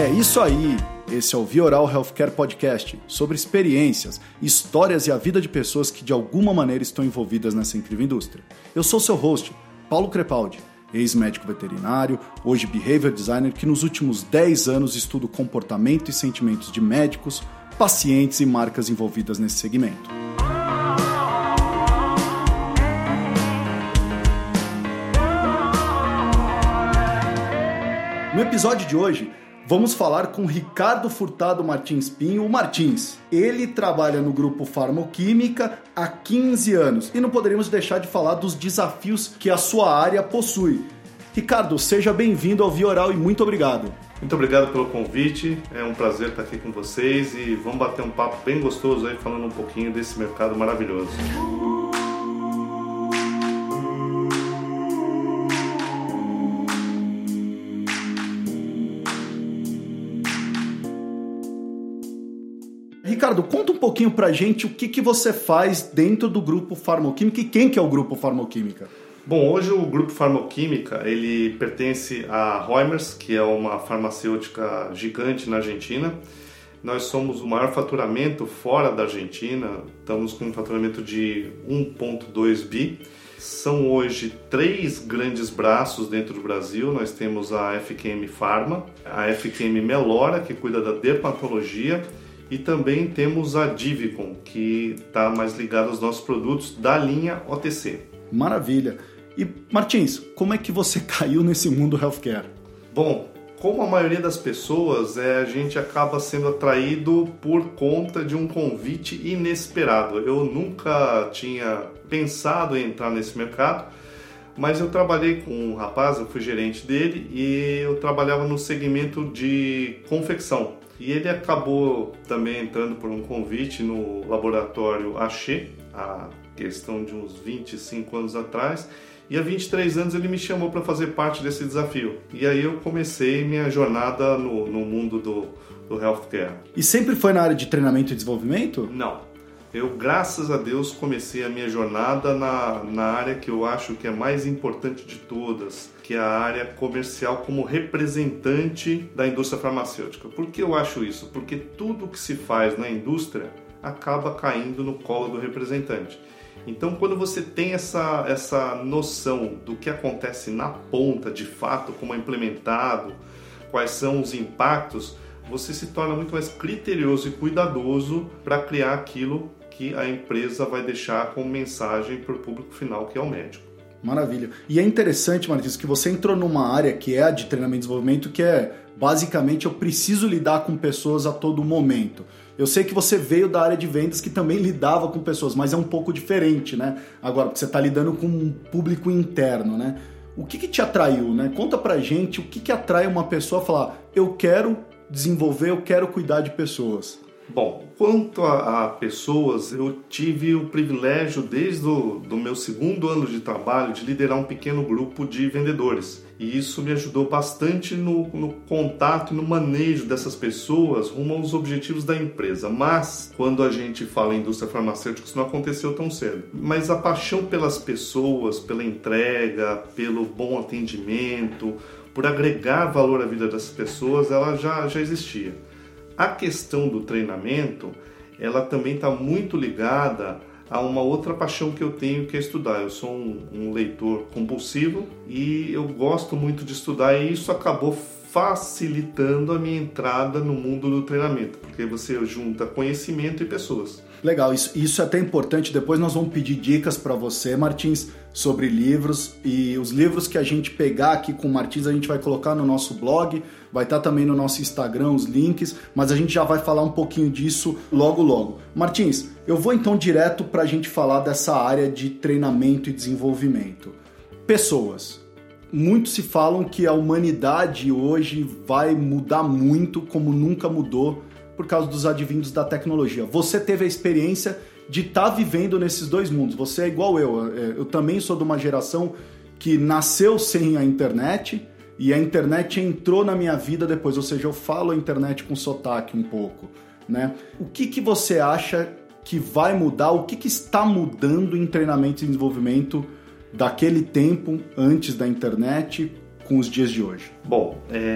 É isso aí! Esse é o Vioral Healthcare Podcast, sobre experiências, histórias e a vida de pessoas que de alguma maneira estão envolvidas nessa incrível indústria. Eu sou seu host, Paulo Crepaldi, ex-médico veterinário, hoje behavior designer que nos últimos 10 anos estuda o comportamento e sentimentos de médicos, pacientes e marcas envolvidas nesse segmento. No episódio de hoje, vamos falar com Ricardo Furtado Martins Pinho, o Martins. Ele trabalha no grupo Farmoquímica há 15 anos e não poderíamos deixar de falar dos desafios que a sua área possui. Ricardo, seja bem-vindo ao Vioral e muito obrigado. Muito obrigado pelo convite, é um prazer estar aqui com vocês e vamos bater um papo bem gostoso aí falando um pouquinho desse mercado maravilhoso. Ricardo, conta um pouquinho pra gente o que você faz dentro do Grupo Farmoquímica e quem que é o Grupo Farmoquímica? Bom, hoje o Grupo Farmoquímica, ele pertence à Reumers, que é uma farmacêutica gigante na Argentina. Nós somos o maior faturamento fora da Argentina, estamos com um faturamento de 1,2 bi. São hoje 3 grandes braços dentro do Brasil. Nós temos a FQM Pharma, a FQM Melora, que cuida da dermatologia, e também temos a Divicon, que está mais ligada aos nossos produtos da linha OTC. Maravilha! E Martins, como é que você caiu nesse mundo healthcare? Bom, como a maioria das pessoas, a gente acaba sendo atraído por conta de um convite inesperado. Eu nunca tinha pensado em entrar nesse mercado, mas eu trabalhei com um rapaz, eu fui gerente dele e eu trabalhava no segmento de confecção. E ele acabou também entrando por um convite no laboratório Axê, há questão de uns 25 anos atrás, e há 23 anos ele me chamou para fazer parte desse desafio. E aí eu comecei minha jornada no mundo do healthcare. E sempre foi na área de treinamento e desenvolvimento? Não. Eu, graças a Deus, comecei a minha jornada na área que eu acho que é mais importante de todas, que é a área comercial como representante da indústria farmacêutica. Por que eu acho isso? Porque tudo que se faz na indústria acaba caindo no colo do representante. Então, quando você tem essa noção do que acontece na ponta, de fato, como é implementado, quais são os impactos, você se torna muito mais criterioso e cuidadoso para criar aquilo que a empresa vai deixar como mensagem para o público final, que é o médico. Maravilha. E é interessante, Martins, que você entrou numa área que é a de treinamento e desenvolvimento, que é, basicamente, eu preciso lidar com pessoas a todo momento. Eu sei que você veio da área de vendas que também lidava com pessoas, mas é um pouco diferente, né? Agora, porque você está lidando com um público interno, né? O que te atraiu, né? Conta pra gente o que atrai uma pessoa a falar, eu quero desenvolver, eu quero cuidar de pessoas. Bom, quanto a pessoas, eu tive o privilégio desde do meu 2º ano de trabalho de liderar um pequeno grupo de vendedores. E isso me ajudou bastante no contato e no manejo dessas pessoas rumo aos objetivos da empresa. Mas, quando a gente fala em indústria farmacêutica, isso não aconteceu tão cedo. Mas a paixão pelas pessoas, pela entrega, pelo bom atendimento, por agregar valor à vida dessas pessoas, ela já existia. A questão do treinamento, ela também está muito ligada a uma outra paixão que eu tenho, que é estudar. Eu sou um leitor compulsivo e eu gosto muito de estudar, e isso acabou facilitando a minha entrada no mundo do treinamento, porque você junta conhecimento e pessoas. Legal, isso é até importante. Depois nós vamos pedir dicas para você, Martins, sobre livros, e os livros que a gente pegar aqui com o Martins a gente vai colocar no nosso blog, vai estar também no nosso Instagram os links, mas a gente já vai falar um pouquinho disso logo. Martins, eu vou então direto para a gente falar dessa área de treinamento e desenvolvimento. Pessoas. Muitos se falam que a humanidade hoje vai mudar muito como nunca mudou por causa dos advindos da tecnologia. Você teve a experiência de estar vivendo nesses dois mundos. Você é igual eu também sou de uma geração que nasceu sem a internet e a internet entrou na minha vida depois, ou seja, eu falo a internet com sotaque um pouco, né? O que você acha que vai mudar, o que está mudando em treinamento e desenvolvimento daquele tempo antes da internet com os dias de hoje? Bom,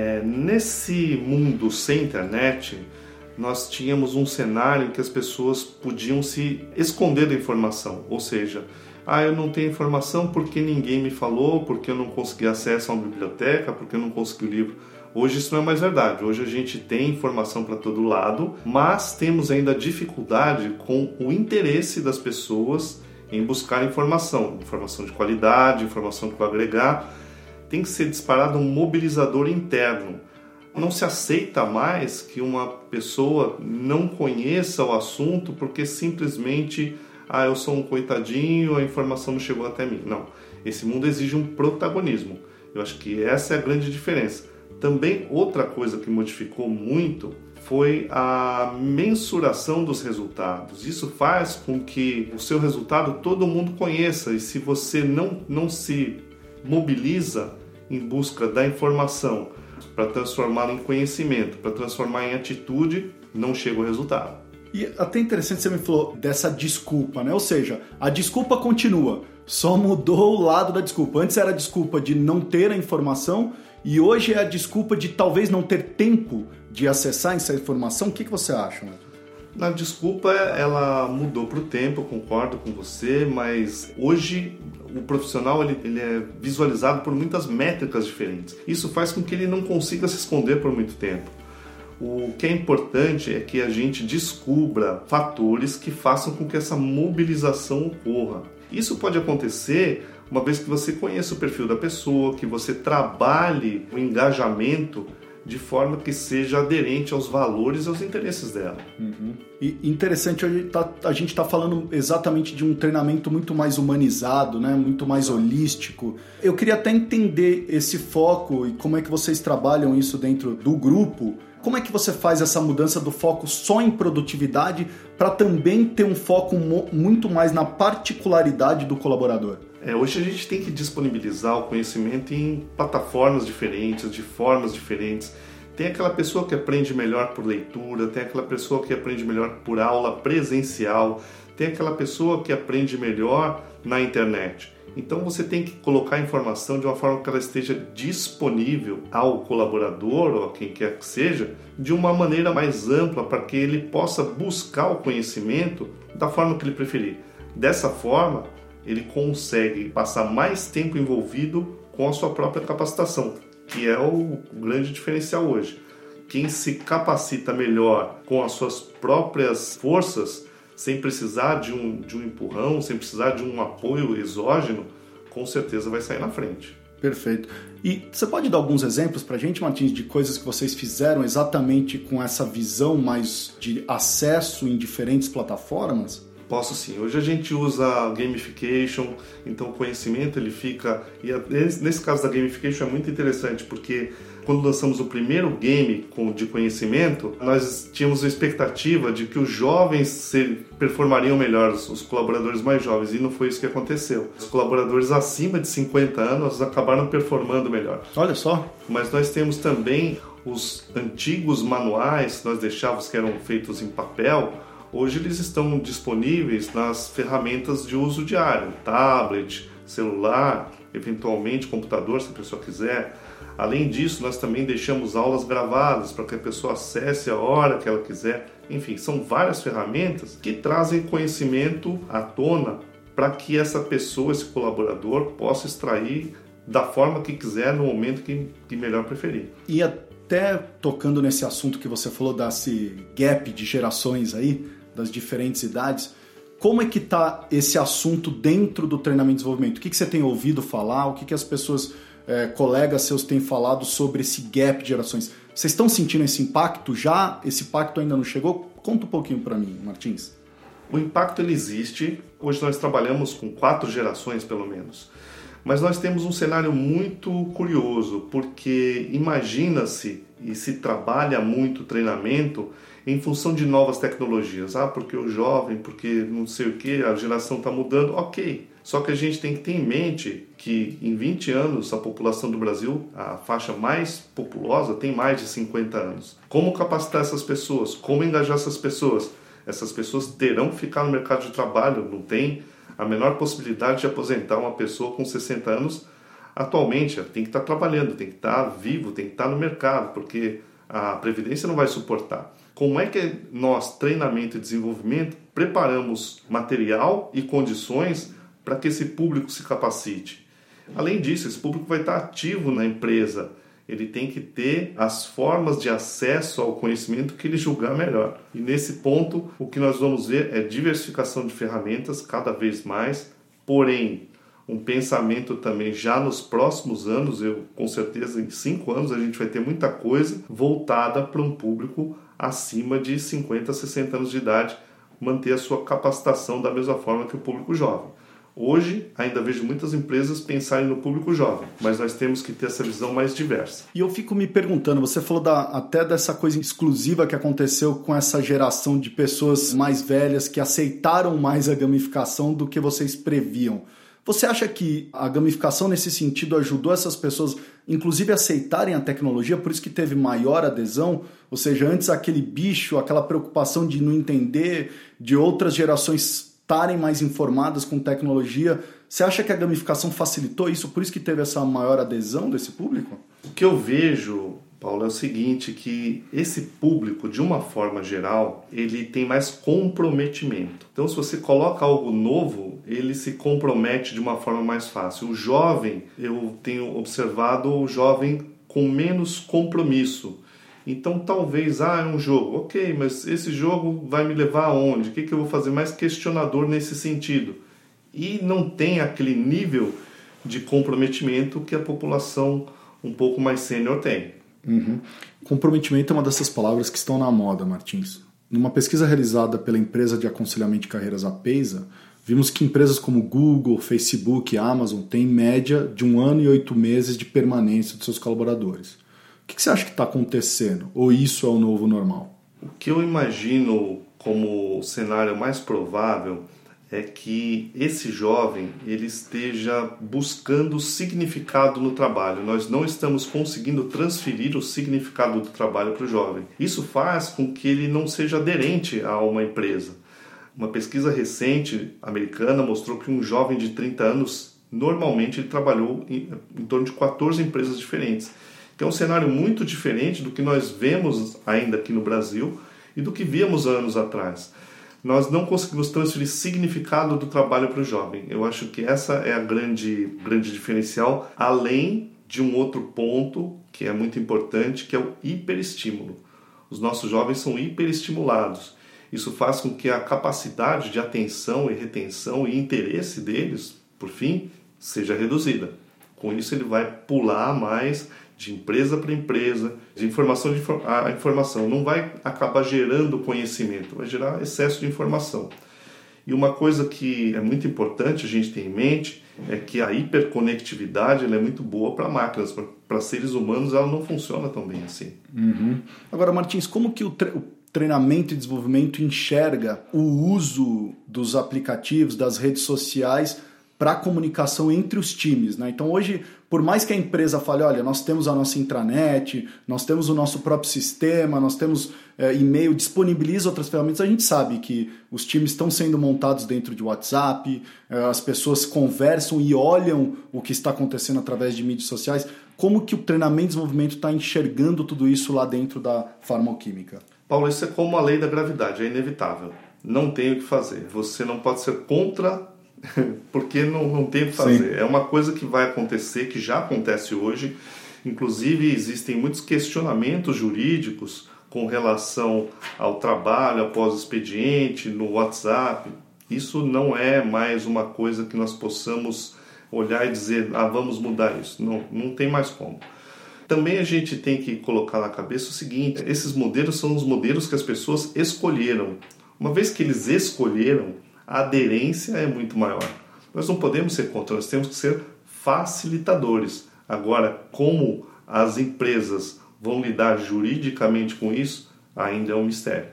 nesse mundo sem internet, nós tínhamos um cenário em que as pessoas podiam se esconder da informação, ou seja, eu não tenho informação porque ninguém me falou, porque eu não consegui acesso a uma biblioteca, porque eu não consegui o livro. Hoje isso não é mais verdade, hoje a gente tem informação para todo lado, mas temos ainda dificuldade com o interesse das pessoas em buscar informação de qualidade, informação que vai agregar. Tem que ser disparado um mobilizador interno. Não se aceita mais que uma pessoa não conheça o assunto porque simplesmente, eu sou um coitadinho, a informação não chegou até mim. Não, esse mundo exige um protagonismo. Eu acho que essa é a grande diferença. Também outra coisa que modificou muito foi a mensuração dos resultados. Isso faz com que o seu resultado todo mundo conheça, e se você não se mobiliza em busca da informação para transformá-la em conhecimento, para transformar em atitude, não chega o resultado. E até interessante você me falou dessa desculpa, né? Ou seja, a desculpa continua, só mudou o lado da desculpa. Antes era a desculpa de não ter a informação e hoje é a desculpa de talvez não ter tempo de acessar essa informação. O que você acha, né? A desculpa, ela mudou para o tempo, eu concordo com você, mas hoje o profissional ele é visualizado por muitas métricas diferentes. Isso faz com que ele não consiga se esconder por muito tempo. O que é importante é que a gente descubra fatores que façam com que essa mobilização ocorra. Isso pode acontecer uma vez que você conheça o perfil da pessoa, que você trabalhe o engajamento de forma que seja aderente aos valores e aos interesses dela. Uhum. E interessante, a gente está falando exatamente de um treinamento muito mais humanizado, né? Muito mais holístico. Eu queria até entender esse foco e como é que vocês trabalham isso dentro do grupo. Como é que você faz essa mudança do foco só em produtividade para também ter um foco muito mais na particularidade do colaborador? Hoje a gente tem que disponibilizar o conhecimento em plataformas diferentes, de formas diferentes. Tem aquela pessoa que aprende melhor por leitura, tem aquela pessoa que aprende melhor por aula presencial, tem aquela pessoa que aprende melhor na internet. Então você tem que colocar a informação de uma forma que ela esteja disponível ao colaborador ou a quem quer que seja, de uma maneira mais ampla para que ele possa buscar o conhecimento da forma que ele preferir. Dessa forma, ele consegue passar mais tempo envolvido com a sua própria capacitação, que é o grande diferencial hoje. Quem se capacita melhor com as suas próprias forças, sem precisar de um empurrão, sem precisar de um apoio exógeno, com certeza vai sair na frente. Perfeito. E você pode dar alguns exemplos para a gente, Martins, de coisas que vocês fizeram exatamente com essa visão mais de acesso em diferentes plataformas? Posso sim. Hoje a gente usa gamification, então o conhecimento ele fica... E nesse caso da gamification é muito interessante, porque quando lançamos o primeiro game de conhecimento, nós tínhamos a expectativa de que os jovens performariam melhor, os colaboradores mais jovens, e não foi isso que aconteceu. Os colaboradores acima de 50 anos acabaram performando melhor. Olha só! Mas nós temos também os antigos manuais que nós deixávamos, que eram feitos em papel. Hoje eles estão disponíveis nas ferramentas de uso diário, tablet, celular, eventualmente computador, se a pessoa quiser. Além disso, nós também deixamos aulas gravadas para que a pessoa acesse a hora que ela quiser. Enfim, são várias ferramentas que trazem conhecimento à tona para que essa pessoa, esse colaborador, possa extrair da forma que quiser, no momento que melhor preferir. E até tocando nesse assunto que você falou, desse gap de gerações aí, das diferentes idades, como é que está esse assunto dentro do treinamento e desenvolvimento? O que você tem ouvido falar? O que as pessoas, colegas seus, têm falado sobre esse gap de gerações? Vocês estão sentindo esse impacto já? Esse impacto ainda não chegou? Conta um pouquinho para mim, Martins. O impacto ele existe. Hoje nós trabalhamos com 4 gerações, pelo menos. Mas nós temos um cenário muito curioso, porque imagina-se e se trabalha muito treinamento em função de novas tecnologias. Porque o jovem, porque não sei o que, a geração está mudando, ok. Só que a gente tem que ter em mente que em 20 anos a população do Brasil, a faixa mais populosa, tem mais de 50 anos. Como capacitar essas pessoas? Como engajar essas pessoas? Essas pessoas terão que ficar no mercado de trabalho, não tem a menor possibilidade de aposentar uma pessoa com 60 anos atualmente tem que estar trabalhando, tem que estar vivo, tem que estar no mercado, porque a Previdência não vai suportar. Como é que nós, treinamento e desenvolvimento, preparamos material e condições para que esse público se capacite? Além disso, esse público vai estar ativo na empresa, ele tem que ter as formas de acesso ao conhecimento que ele julgar melhor. E nesse ponto, o que nós vamos ver é diversificação de ferramentas cada vez mais, porém, um pensamento também já nos próximos anos, com certeza em 5 anos a gente vai ter muita coisa voltada para um público acima de 50, 60 anos de idade, manter a sua capacitação da mesma forma que o público jovem. Hoje, ainda vejo muitas empresas pensarem no público jovem, mas nós temos que ter essa visão mais diversa. E eu fico me perguntando, você falou até dessa coisa exclusiva que aconteceu com essa geração de pessoas mais velhas que aceitaram mais a gamificação do que vocês previam. Você acha que a gamificação nesse sentido ajudou essas pessoas, inclusive, a aceitarem a tecnologia, por isso que teve maior adesão? Ou seja, antes aquele bicho, aquela preocupação de não entender, de outras gerações estarem mais informadas com tecnologia, você acha que a gamificação facilitou isso, por isso que teve essa maior adesão desse público? O que eu vejo, Paulo, é o seguinte, que esse público, de uma forma geral, ele tem mais comprometimento. Então, se você coloca algo novo, ele se compromete de uma forma mais fácil. O jovem, eu tenho observado o jovem com menos compromisso. Então, talvez, é um jogo. Ok, mas esse jogo vai me levar aonde? O que eu vou fazer? Mais questionador nesse sentido. E não tem aquele nível de comprometimento que a população um pouco mais sênior tem. Uhum. Comprometimento é uma dessas palavras que estão na moda, Martins. Numa pesquisa realizada pela empresa de aconselhamento de carreiras Apesa, vimos que empresas como Google, Facebook e Amazon têm média de 1 ano e 8 meses de permanência de seus colaboradores. O que você acha que está acontecendo? Ou isso é o novo normal? O que eu imagino como cenário mais provável é que esse jovem ele esteja buscando significado no trabalho. Nós não estamos conseguindo transferir o significado do trabalho para o jovem. Isso faz com que ele não seja aderente a uma empresa. Uma pesquisa recente americana mostrou que um jovem de 30 anos, normalmente ele trabalhou em torno de 14 empresas diferentes. Que é um cenário muito diferente do que nós vemos ainda aqui no Brasil e do que víamos anos atrás. Nós não conseguimos transferir significado do trabalho para o jovem. Eu acho que essa é a grande diferencial, além de um outro ponto que é muito importante, que é o hiperestímulo. Os nossos jovens são hiperestimulados. Isso faz com que a capacidade de atenção e retenção e interesse deles, por fim, seja reduzida. Com isso ele vai pular mais de empresa para empresa, de informação a informação. Não vai acabar gerando conhecimento, vai gerar excesso de informação. E uma coisa que é muito importante a gente ter em mente é que a hiperconectividade ela é muito boa para máquinas, para seres humanos ela não funciona tão bem assim. Uhum. Agora, Martins, como que o treinamento e desenvolvimento enxerga o uso dos aplicativos, das redes sociais para a comunicação entre os times, né? Então hoje, por mais que a empresa fale, olha, nós temos a nossa intranet, nós temos o nosso próprio sistema, nós temos e-mail, disponibiliza outras ferramentas, a gente sabe que os times estão sendo montados dentro de WhatsApp, as pessoas conversam e olham o que está acontecendo através de mídias sociais. Como que o treinamento e desenvolvimento está enxergando tudo isso lá dentro da farmacoquímica? Paulo, isso é como a lei da gravidade, é inevitável. Não tem o que fazer. Você não pode ser contra porque não tem o que fazer. Sim. É uma coisa que vai acontecer, que já acontece hoje. Inclusive, existem muitos questionamentos jurídicos com relação ao trabalho após o expediente, no WhatsApp. Isso não é mais uma coisa que nós possamos olhar e dizer, vamos mudar isso. Não tem mais como. Também a gente tem que colocar na cabeça o seguinte, esses modelos são os modelos que as pessoas escolheram. Uma vez que eles escolheram, a aderência é muito maior. Nós não podemos ser contra, nós temos que ser facilitadores. Agora, como as empresas vão lidar juridicamente com isso, ainda é um mistério.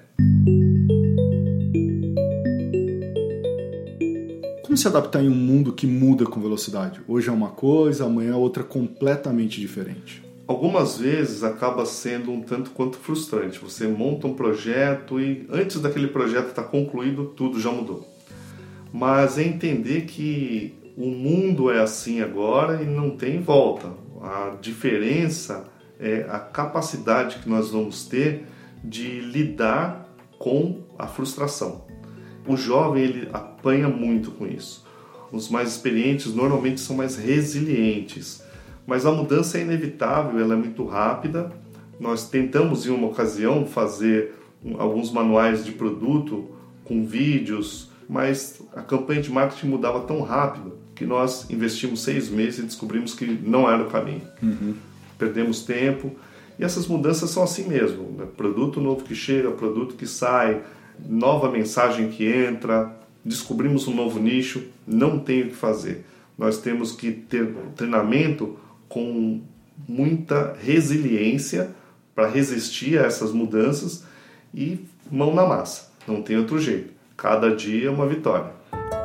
Como se adaptar em um mundo que muda com velocidade? Hoje é uma coisa, amanhã é outra completamente diferente. Algumas vezes acaba sendo um tanto quanto frustrante. Você monta um projeto e antes daquele projeto estar concluído, tudo já mudou. Mas é entender que O mundo é assim agora e não tem volta. A diferença é a capacidade que nós vamos ter de lidar com a frustração. O jovem, ele apanha muito com isso. Os mais experientes normalmente são mais resilientes, mas a mudança é inevitável, ela é muito rápida. Nós tentamos em uma ocasião fazer alguns manuais de produto com vídeos, mas a campanha de marketing mudava tão rápido que nós investimos 6 meses e descobrimos que não era o caminho. Perdemos tempo. E essas mudanças são assim mesmo, né? Produto novo que chega, produto que sai, nova mensagem que entra, descobrimos um novo nicho, não tem o que fazer. Nós temos que ter um treinamento com muita resiliência para resistir a essas mudanças e mão na massa, não tem outro jeito. Cada dia é uma vitória.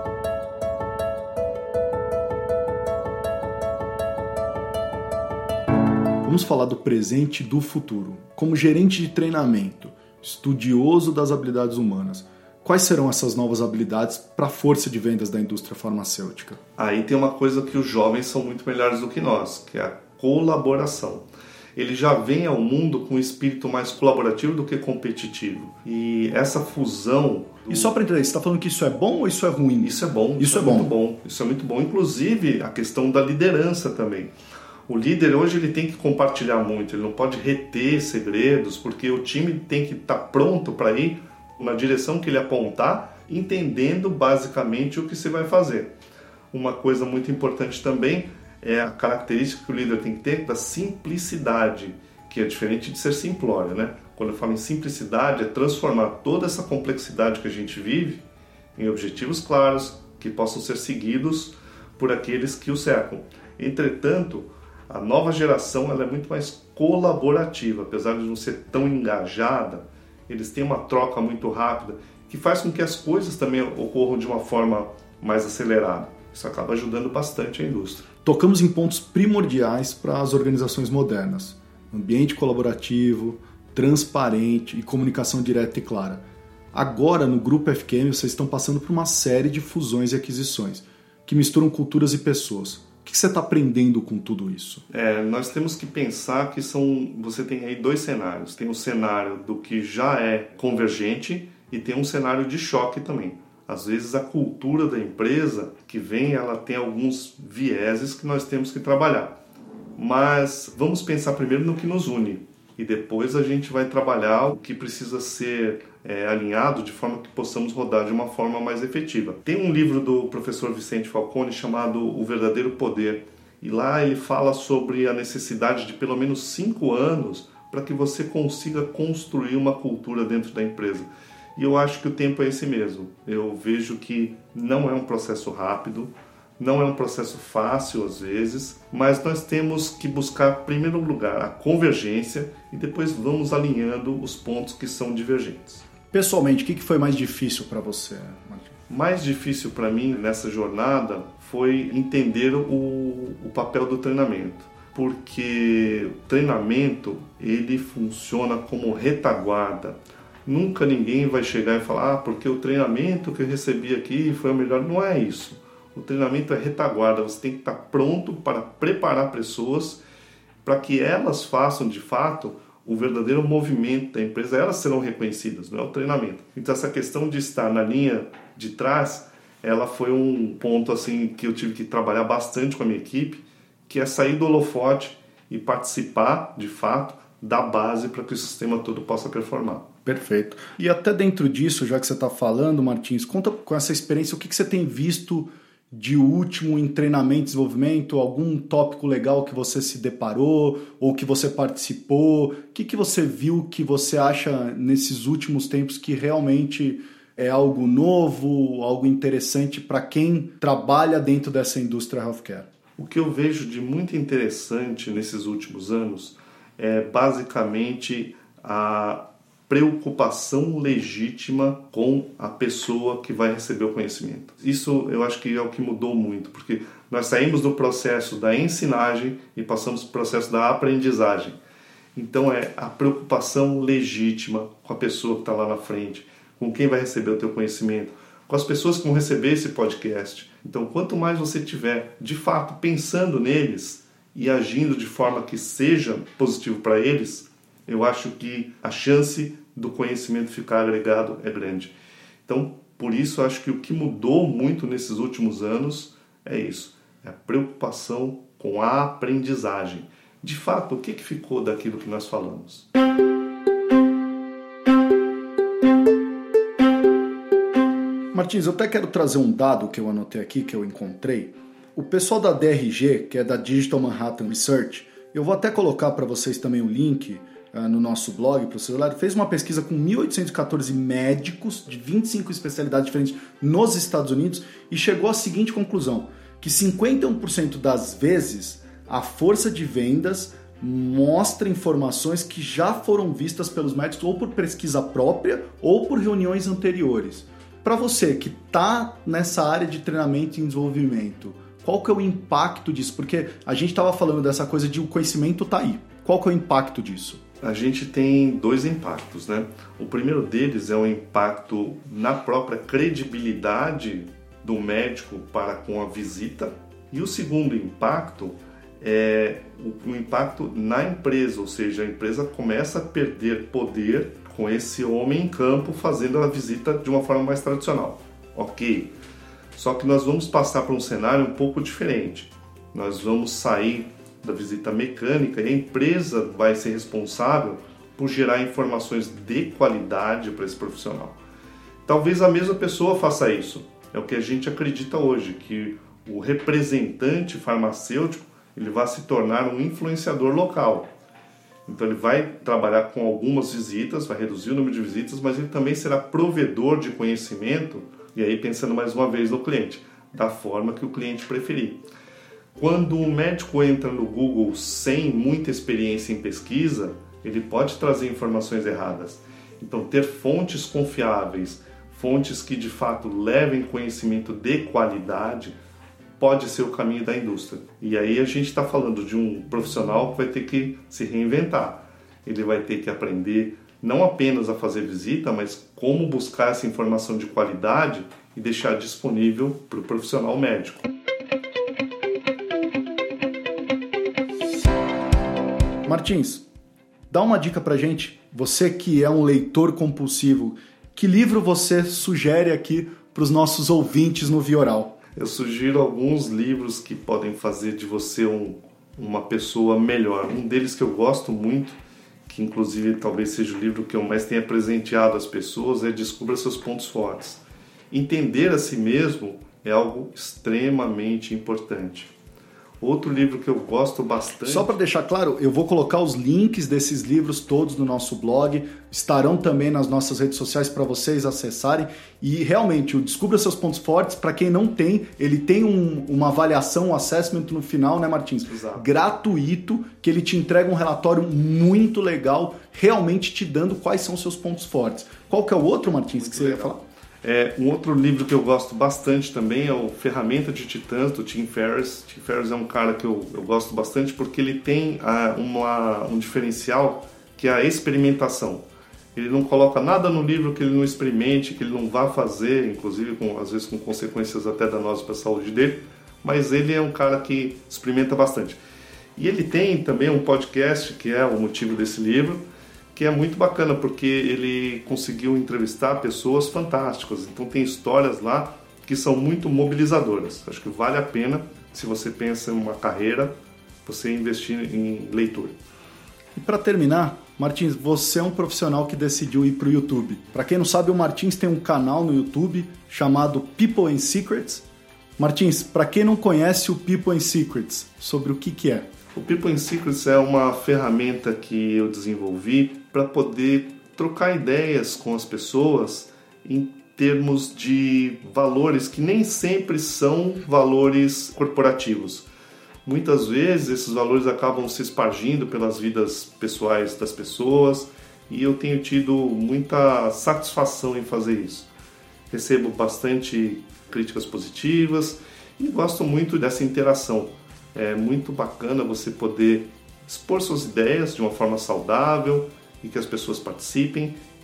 Vamos falar do presente e do futuro. Como gerente de treinamento, estudioso das habilidades humanas, quais serão essas novas habilidades para a força de vendas da indústria farmacêutica? Aí tem uma coisa que os jovens são muito melhores do que nós, que é a colaboração. Eles já vêm ao mundo com um espírito mais colaborativo do que competitivo. E essa fusão... E só para entender, você está falando que isso é bom ou isso é ruim? Isso é bom. Isso é muito bom. Isso é muito bom. Inclusive, a questão da liderança também. O líder hoje ele tem que compartilhar muito, ele não pode reter segredos, porque o time tem que estar pronto para ir na direção que ele apontar, entendendo basicamente o que se vai fazer. Uma coisa muito importante também é a característica que o líder tem que ter da simplicidade, que é diferente de ser simplório, né? Quando eu falo em simplicidade, é transformar toda essa complexidade que a gente vive em objetivos claros, que possam ser seguidos por aqueles que o cercam. Entretanto, a nova geração ela é muito mais colaborativa, apesar de não ser tão engajada, eles têm uma troca muito rápida, que faz com que as coisas também ocorram de uma forma mais acelerada. Isso acaba ajudando bastante a indústria. Tocamos em pontos primordiais para as organizações modernas. Ambiente colaborativo, transparente e comunicação direta e clara. Agora, no Grupo FQM, vocês estão passando por uma série de fusões e aquisições, que misturam culturas e pessoas. O que você está aprendendo com tudo isso? Nós temos que pensar que você tem aí 2 cenários. Tem um cenário do que já é convergente e tem um cenário de choque também. Às vezes a cultura da empresa que vem, ela tem alguns vieses que nós temos que trabalhar. Mas vamos pensar primeiro no que nos une e depois a gente vai trabalhar o que precisa ser alinhado de forma que possamos rodar de uma forma mais efetiva. Tem um livro do professor Vicente Falcone chamado O Verdadeiro Poder e lá ele fala sobre a necessidade de pelo menos 5 anos para que você consiga construir uma cultura dentro da empresa. E eu acho que o tempo é esse mesmo. Eu vejo que não é um processo rápido, não é um processo fácil às vezes, mas nós temos que buscar, em primeiro lugar, a convergência e depois vamos alinhando os pontos que são divergentes. Pessoalmente, o que foi mais difícil para você, Martim? Mais difícil para mim nessa jornada foi entender o papel do treinamento, porque o treinamento ele funciona como retaguarda. Nunca ninguém vai chegar e falar porque o treinamento que eu recebi aqui foi o melhor. Não é isso. O treinamento é retaguarda, você tem que estar pronto para preparar pessoas para que elas façam de fato o verdadeiro movimento da empresa, elas serão reconhecidas, não é o treinamento. Então essa questão de estar na linha de trás, ela foi um ponto assim que eu tive que trabalhar bastante com a minha equipe, que é sair do holofote e participar de fato da base para que o sistema todo possa performar. Perfeito. E até dentro disso, já que você está falando, Martins, conta com essa experiência, o que você tem visto de último em treinamento e desenvolvimento, algum tópico legal que você se deparou ou que você participou? O que você viu que você acha nesses últimos tempos que realmente é algo novo, algo interessante para quem trabalha dentro dessa indústria healthcare? O que eu vejo de muito interessante nesses últimos anos é basicamente a preocupação legítima com a pessoa que vai receber o conhecimento. Isso eu acho que é o que mudou muito, porque nós saímos do processo da ensinagem e passamos para o processo da aprendizagem. Então é a preocupação legítima com a pessoa que está lá na frente, com quem vai receber o teu conhecimento, com as pessoas que vão receber esse podcast. Então, quanto mais você tiver, de fato, pensando neles e agindo de forma que seja positivo para eles, eu acho que a chance do conhecimento ficar agregado é grande. Então, por isso, acho que o que mudou muito nesses últimos anos é isso, é a preocupação com a aprendizagem. De fato, o que ficou daquilo que nós falamos? Martins, eu até quero trazer um dado que eu anotei aqui, que eu encontrei. O pessoal da DRG, que é da Digital Manhattan Research, eu vou até colocar para vocês também o link no nosso blog para o celular, fez uma pesquisa com 1.814 médicos de 25 especialidades diferentes nos Estados Unidos e chegou à seguinte conclusão, que 51% das vezes a força de vendas mostra informações que já foram vistas pelos médicos ou por pesquisa própria ou por reuniões anteriores. Para você que está nessa área de treinamento e desenvolvimento, qual que é o impacto disso? Porque a gente estava falando dessa coisa de o conhecimento tá aí. Qual que é o impacto disso? A gente tem dois impactos, né? O primeiro deles é o impacto na própria credibilidade do médico para com a visita. E o segundo impacto é o impacto na empresa, ou seja, a empresa começa a perder poder com esse homem em campo fazendo a visita de uma forma mais tradicional. Ok, só que nós vamos passar por um cenário um pouco diferente. Nós vamos sair da visita mecânica e a empresa vai ser responsável por gerar informações de qualidade para esse profissional. Talvez a mesma pessoa faça isso. É o que a gente acredita hoje, que o representante farmacêutico ele vai se tornar um influenciador local. Então ele vai trabalhar com algumas visitas, vai reduzir o número de visitas, mas ele também será provedor de conhecimento, e aí pensando mais uma vez no cliente, da forma que o cliente preferir. Quando o médico entra no Google sem muita experiência em pesquisa, ele pode trazer informações erradas. Então ter fontes confiáveis, fontes que de fato levem conhecimento de qualidade, pode ser o caminho da indústria. E aí a gente está falando de um profissional que vai ter que se reinventar. Ele vai ter que aprender não apenas a fazer visita, mas como buscar essa informação de qualidade e deixar disponível para o profissional médico. Martins, dá uma dica pra gente, você que é um leitor compulsivo, que livro você sugere aqui para os nossos ouvintes no Vioral? Eu sugiro alguns livros que podem fazer de você uma pessoa melhor. Um deles que eu gosto muito, que inclusive talvez seja o livro que eu mais tenha presenteado às pessoas, é Descubra Seus Pontos Fortes. Entender a si mesmo é algo extremamente importante. Outro livro que eu gosto bastante... Só para deixar claro, eu vou colocar os links desses livros todos no nosso blog, estarão também nas nossas redes sociais para vocês acessarem. E realmente, o Descubra Seus Pontos Fortes, para quem não tem, ele tem uma avaliação, um assessment no final, né, Martins? Exato. Gratuito, que ele te entrega um relatório muito legal, realmente te dando quais são os seus pontos fortes. Qual que é o outro, Martins, muito que você legal. Ia falar? Um outro livro que eu gosto bastante também é o Ferramenta de Titãs, do Tim Ferriss. Tim Ferriss é um cara que eu gosto bastante porque ele tem um diferencial que é a experimentação. Ele não coloca nada no livro que ele não experimente, que ele não vá fazer, inclusive às vezes com consequências até danosas para a saúde dele, mas ele é um cara que experimenta bastante. E ele tem também um podcast, que é o motivo desse livro, que é muito bacana, porque ele conseguiu entrevistar pessoas fantásticas. Então tem histórias lá que são muito mobilizadoras. Acho que vale a pena, se você pensa em uma carreira, você investir em leitura. E para terminar, Martins, você é um profissional que decidiu ir para o YouTube. Para quem não sabe, o Martins tem um canal no YouTube chamado People and Secrets. Martins, para quem não conhece o People and Secrets, sobre o que é? O People and Secrets é uma ferramenta que eu desenvolvi para poder trocar ideias com as pessoas em termos de valores que nem sempre são valores corporativos. Muitas vezes esses valores acabam se espargindo pelas vidas pessoais das pessoas e eu tenho tido muita satisfação em fazer isso. Recebo bastante críticas positivas e gosto muito dessa interação. É muito bacana você poder expor suas ideias de uma forma saudável e que as pessoas participem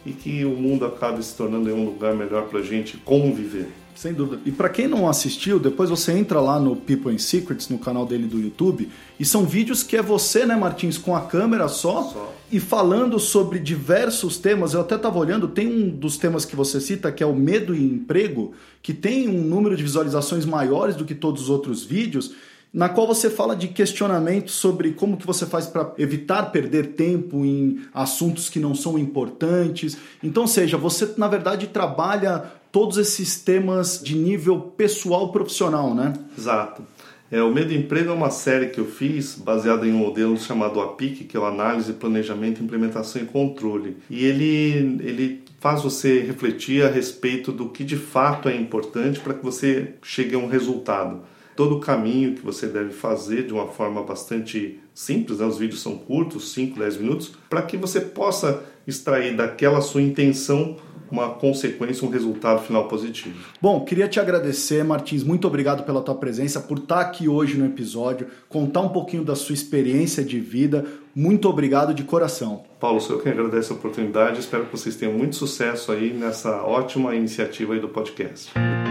e que o mundo acabe se tornando um lugar melhor para a gente conviver. Sem dúvida. E para quem não assistiu, depois você entra lá no People and Secrets, no canal dele do YouTube, e são vídeos que é você, né, Martins, com a câmera só. E falando sobre diversos temas. Eu até estava olhando, tem um dos temas que você cita, que é o medo e emprego, que tem um número de visualizações maiores do que todos os outros vídeos, na qual você fala de questionamentos sobre como que você faz para evitar perder tempo em assuntos que não são importantes. Então, ou seja, você, na verdade, trabalha todos esses temas de nível pessoal profissional, né? Exato. O Medo e Emprego é uma série que eu fiz baseada em um modelo chamado APIC, que é o Análise, Planejamento, Implementação e Controle. E ele faz você refletir a respeito do que de fato é importante para que você chegue a um resultado. Todo o caminho que você deve fazer de uma forma bastante simples, né? Os vídeos são curtos, 5, 10 minutos, para que você possa extrair daquela sua intenção uma consequência, um resultado final positivo. Bom, queria te agradecer, Martins, muito obrigado pela tua presença, por estar aqui hoje no episódio, contar um pouquinho da sua experiência de vida. Muito obrigado de coração. Paulo, sou eu que agradeço a oportunidade, espero que vocês tenham muito sucesso aí nessa ótima iniciativa aí do podcast.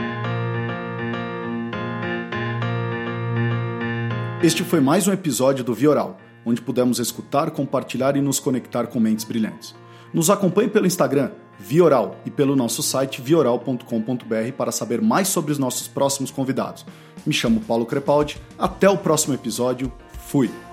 Este foi mais um episódio do Via Oral, onde pudemos escutar, compartilhar e nos conectar com mentes brilhantes. Nos acompanhe pelo Instagram, Via Oral, e pelo nosso site viaoral.com.br para saber mais sobre os nossos próximos convidados. Me chamo Paulo Crepaldi, até o próximo episódio, fui!